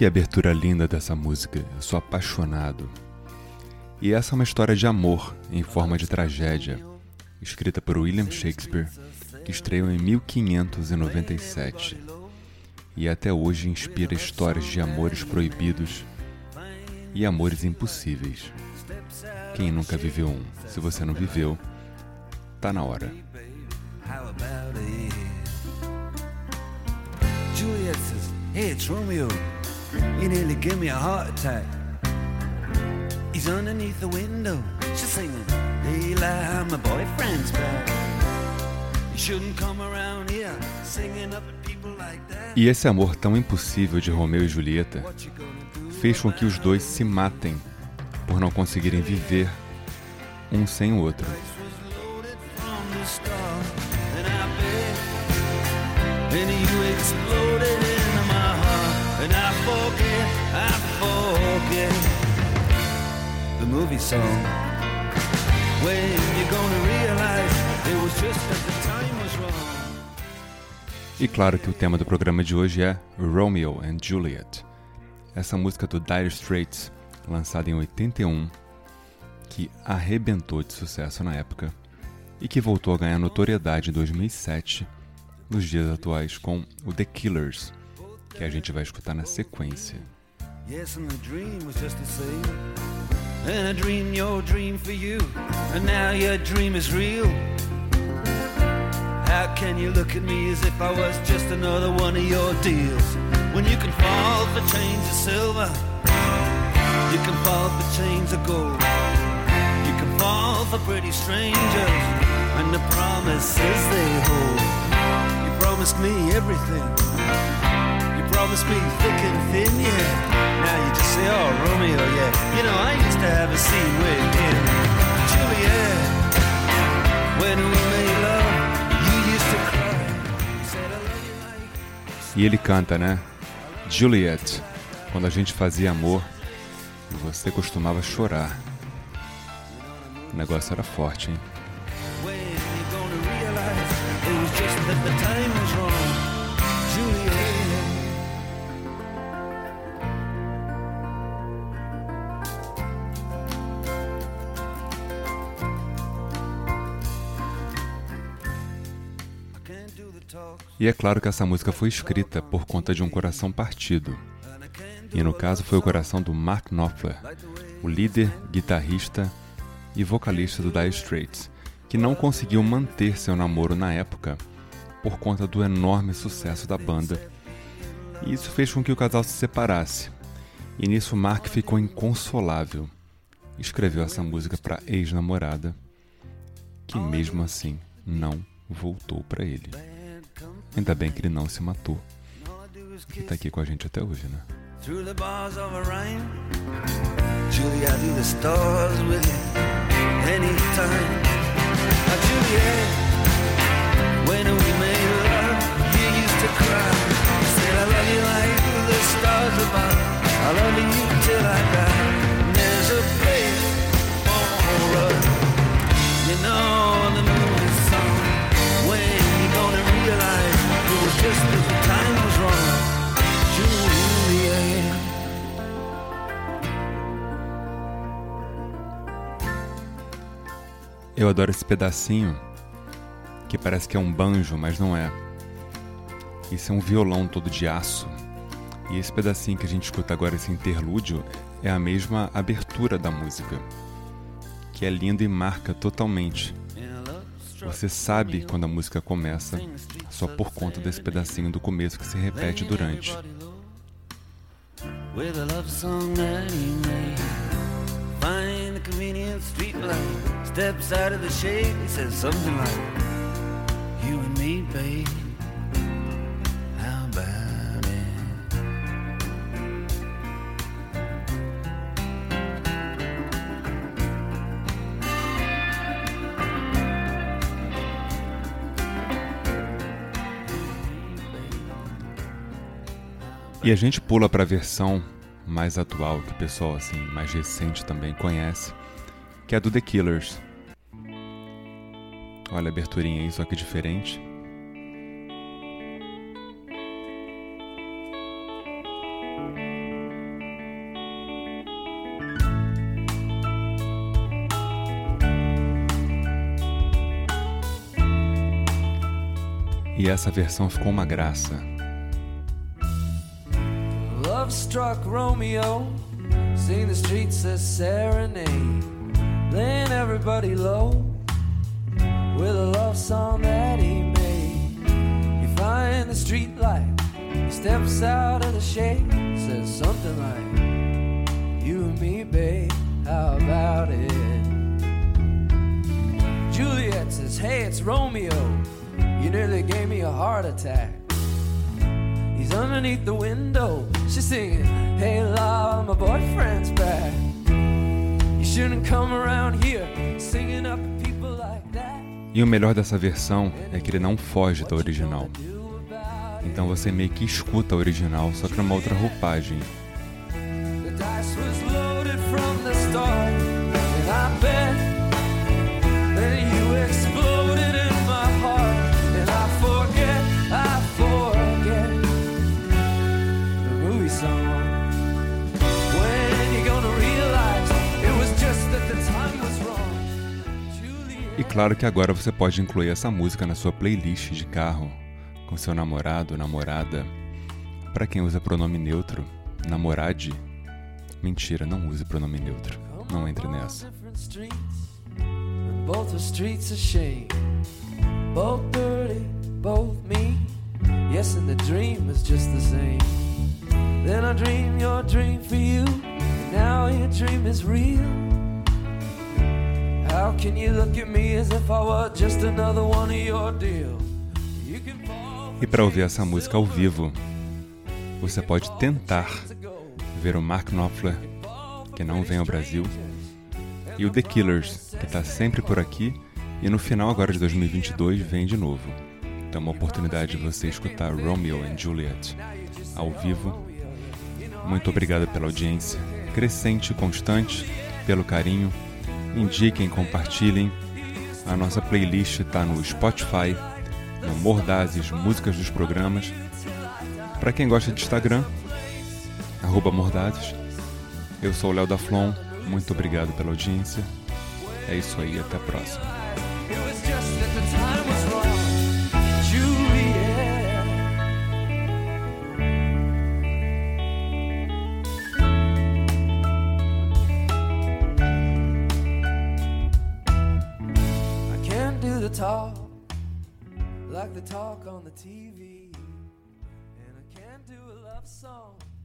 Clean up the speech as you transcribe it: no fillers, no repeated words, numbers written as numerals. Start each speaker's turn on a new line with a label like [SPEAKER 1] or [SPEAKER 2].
[SPEAKER 1] Que abertura linda dessa música, eu sou apaixonado. E essa é uma história de amor em forma de tragédia, escrita por William Shakespeare, que estreou em 1597. E até hoje inspira histórias de amores proibidos e amores impossíveis. Quem nunca viveu um? Se você não viveu, tá na hora.
[SPEAKER 2] Juliet says, "Hey, it's Romeo. You nearly gave me a heart attack." He's underneath the window. She's singing, "Leila, my boyfriend's back. You shouldn't come around here singing up at people like that."
[SPEAKER 1] E esse amor tão impossível de Romeu e Julieta fez com que os dois se matem por não conseguirem viver um sem o outro.
[SPEAKER 2] And you exploded into my heart, and I forget the movie song. When you're gonna realize it was just that the time was wrong.
[SPEAKER 1] E claro que o tema do programa de hoje é Romeo and Juliet. Essa música do Dire Straits, lançada em 81, que arrebentou de sucesso na época e que voltou a ganhar notoriedade em 2007, nos dias atuais, com o The Killers, que a gente vai escutar na sequência.
[SPEAKER 2] Yes, and the dream was just the same. And I dreamed your dream for you, and now your dream is real. How can you look at me as if I was just another one of your deals? When you can fall for chains of silver, you can fall for chains of gold. You can fall for pretty strangers, and the promises they hold. You promised me everything. You promised me thick and thin, yeah. Now you just say, "Oh, Romeo, yeah. You know, I used to have a scene with him. Juliet, when we made love, you used to cry. You said, I love you like."
[SPEAKER 1] E ele canta, né? Juliet, quando a gente fazia amor, você costumava chorar. O negócio era forte, hein?
[SPEAKER 2] When you gonna realize it was just that the time was wrong, Juliet. I can't do the talk.
[SPEAKER 1] E é claro que essa música foi escrita por conta de um coração partido. E no caso foi o coração do Mark Knopfler, o líder, guitarrista e vocalista do Dire Straits, que não conseguiu manter seu namoro na época por conta do enorme sucesso da banda. E isso fez com que o casal se separasse. E nisso Mark ficou inconsolável. Escreveu essa música para a ex-namorada, que mesmo assim não voltou para ele. Ainda bem que ele não se matou. E tá aqui com a gente até hoje, né?
[SPEAKER 2] Through the bars of a rhyme, Julie, I do the stars with you anytime. Juliet, when we made love, you used to cry. You said, "I love you like the stars above. I love you till I die." And there's a place for us, you know, the movie song. When you gonna realize it was just that the time was wrong, Juliet.
[SPEAKER 1] Eu adoro esse pedacinho, que parece que é um banjo, mas não é. Isso é um violão todo de aço. E esse pedacinho que a gente escuta agora, esse interlúdio, é a mesma abertura da música, que é lindo e marca totalmente. Você sabe quando a música começa, só por conta desse pedacinho do começo que se repete durante.
[SPEAKER 2] With a love song that he made, find the convenient street light, steps out of the shade, he says something like, "You and me, babe, how about it?"
[SPEAKER 1] E a gente pula para a versão mais atual, que o pessoal assim, mais recente também conhece, que é a do The Killers. Olha a aberturinha aí, só que diferente. E essa versão ficou uma graça.
[SPEAKER 2] Love struck Romeo, sing the streets a serenade, laying everybody low with a love song that he made. You find the street light, he steps out of the shade, says something like, you and me, babe, how about it? Juliet says, hey, it's Romeo, you nearly gave me a heart attack. He's underneath the window, she's singing, hey love, my boyfriend's back. You shouldn't come around here singing up people like that.
[SPEAKER 1] E o melhor dessa versão é que ele não foge da original. Então você meio que escuta a original, só que numa outra roupagem.
[SPEAKER 2] The dice was loaded from the start, and I bet that you exploded in my heart, and I forget the movie song. When you gonna realize it was just that the time was wrong.
[SPEAKER 1] E claro que agora você pode incluir essa música na sua playlist de carro, com seu namorado, namorada. Para quem usa pronome neutro, namorade. Mentira, não use pronome neutro. Não entre nessa.
[SPEAKER 2] Both are streets of shame, both dirty, both mean. Yes, and the dream is just the same. Then I dream your dream for you, and now your dream is real. How can you look at me as if I were just another one of your deals?
[SPEAKER 1] E para ouvir essa música ao vivo, você pode tentar ver o Mark Knopfler, que não vem ao Brasil, e o The Killers, que está sempre por aqui e no final agora de 2022 vem de novo. Então é uma oportunidade de você escutar Romeo and Juliet ao vivo. Muito obrigado pela audiência crescente e constante, pelo carinho. Indiquem, compartilhem. A nossa playlist está no Spotify, no Mordazes, músicas dos programas. Para quem gosta de Instagram, @Mordazes. Eu sou o Léo da Flon, muito obrigado pela audiência. É isso aí, até a próxima.
[SPEAKER 2] Talk like the talk on the TV, and I can't do a love song